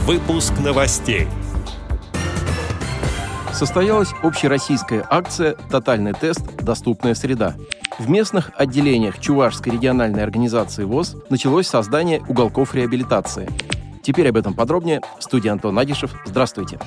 Выпуск новостей. Состоялась общероссийская акция «Тотальный тест. Доступная среда». В местных отделениях Чувашской региональной организации ВОС началось создание уголков реабилитации. Теперь об этом подробнее. В студии Антон Агишев. Здравствуйте.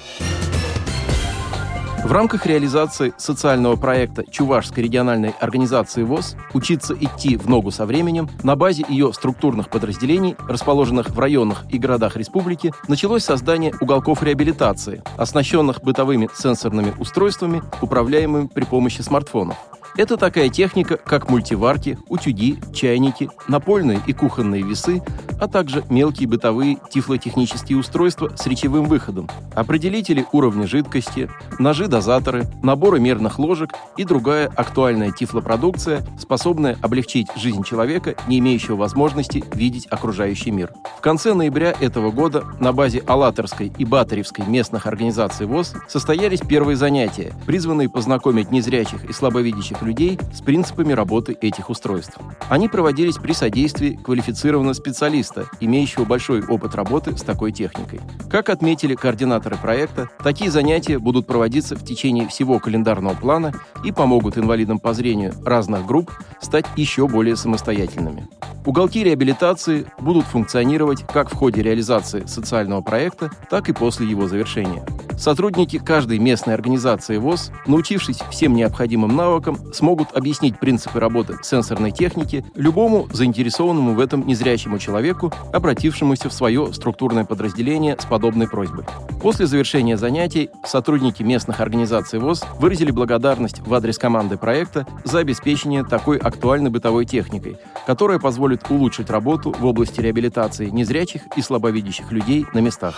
В рамках реализации социального проекта Чувашской региональной организации ВОС «Учиться идти в ногу со временем» на базе ее структурных подразделений, расположенных в районах и городах республики, началось создание уголков реабилитации, оснащенных бытовыми сенсорными устройствами, управляемыми при помощи смартфонов. Это такая техника, как мультиварки, утюги, чайники, напольные и кухонные весы, а также мелкие бытовые тифлотехнические устройства с речевым выходом, определители уровня жидкости, ножи-дозаторы, наборы мерных ложек и другая актуальная тифлопродукция, способная облегчить жизнь человека, не имеющего возможности видеть окружающий мир. В конце ноября этого года на базе Алатырской и Батаревской местных организаций ВОС состоялись первые занятия, призванные познакомить незрячих и слабовидящих людей с принципами работы этих устройств. Они проводились при содействии квалифицированного специалиста, имеющего большой опыт работы с такой техникой. Как отметили координаторы проекта, такие занятия будут проводиться в течение всего календарного плана и помогут инвалидам по зрению разных групп стать еще более самостоятельными. Уголки реабилитации будут функционировать как в ходе реализации социального проекта, так и после его завершения. Сотрудники каждой местной организации ВОС, научившись всем необходимым навыкам, смогут объяснить принципы работы сенсорной техники любому заинтересованному в этом незрячему человеку, обратившемуся в свое структурное подразделение с подобной просьбой. После завершения занятий сотрудники местных организаций ВОС выразили благодарность в адрес команды проекта за обеспечение такой актуальной бытовой техникой, которая позволит улучшить работу в области реабилитации незрячих и слабовидящих людей на местах.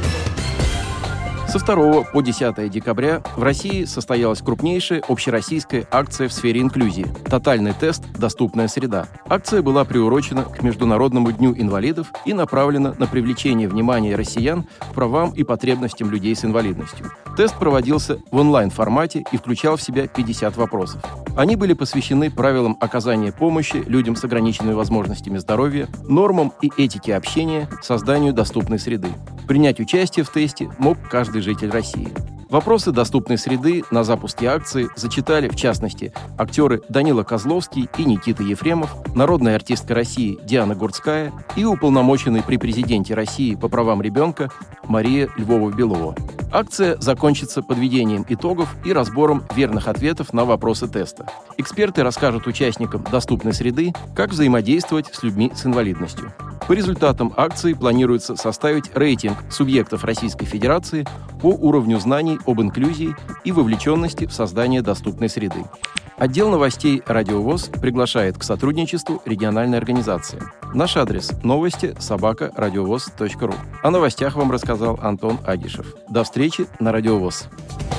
Со 2 по 10 декабря в России состоялась крупнейшая общероссийская акция в сфере инклюзии «Тотальный тест. Доступная среда». Акция была приурочена к Международному дню инвалидов и направлена на привлечение внимания россиян к правам и потребностям людей с инвалидностью. Тест проводился в онлайн-формате и включал в себя 50 вопросов. Они были посвящены правилам оказания помощи людям с ограниченными возможностями здоровья, нормам и этике общения, созданию доступной среды. Принять участие в тесте мог каждый житель России. Вопросы доступной среды на запуске акции зачитали, в частности, актеры Данила Козловский и Никита Ефремов, народная артистка России Диана Гурцкая и уполномоченный при президенте России по правам ребенка Мария Львова-Белова. Акция закончится подведением итогов и разбором верных ответов на вопросы теста. Эксперты расскажут участникам доступной среды, как взаимодействовать с людьми с инвалидностью. По результатам акции планируется составить рейтинг субъектов Российской Федерации по уровню знаний об инклюзии и вовлеченности в создание доступной среды. Отдел новостей «Радио ВОС» приглашает к сотрудничеству региональной организации. Наш адрес – новости@радиовос.ру. О новостях вам рассказал Антон Агишев. До встречи на «Радио ВОС».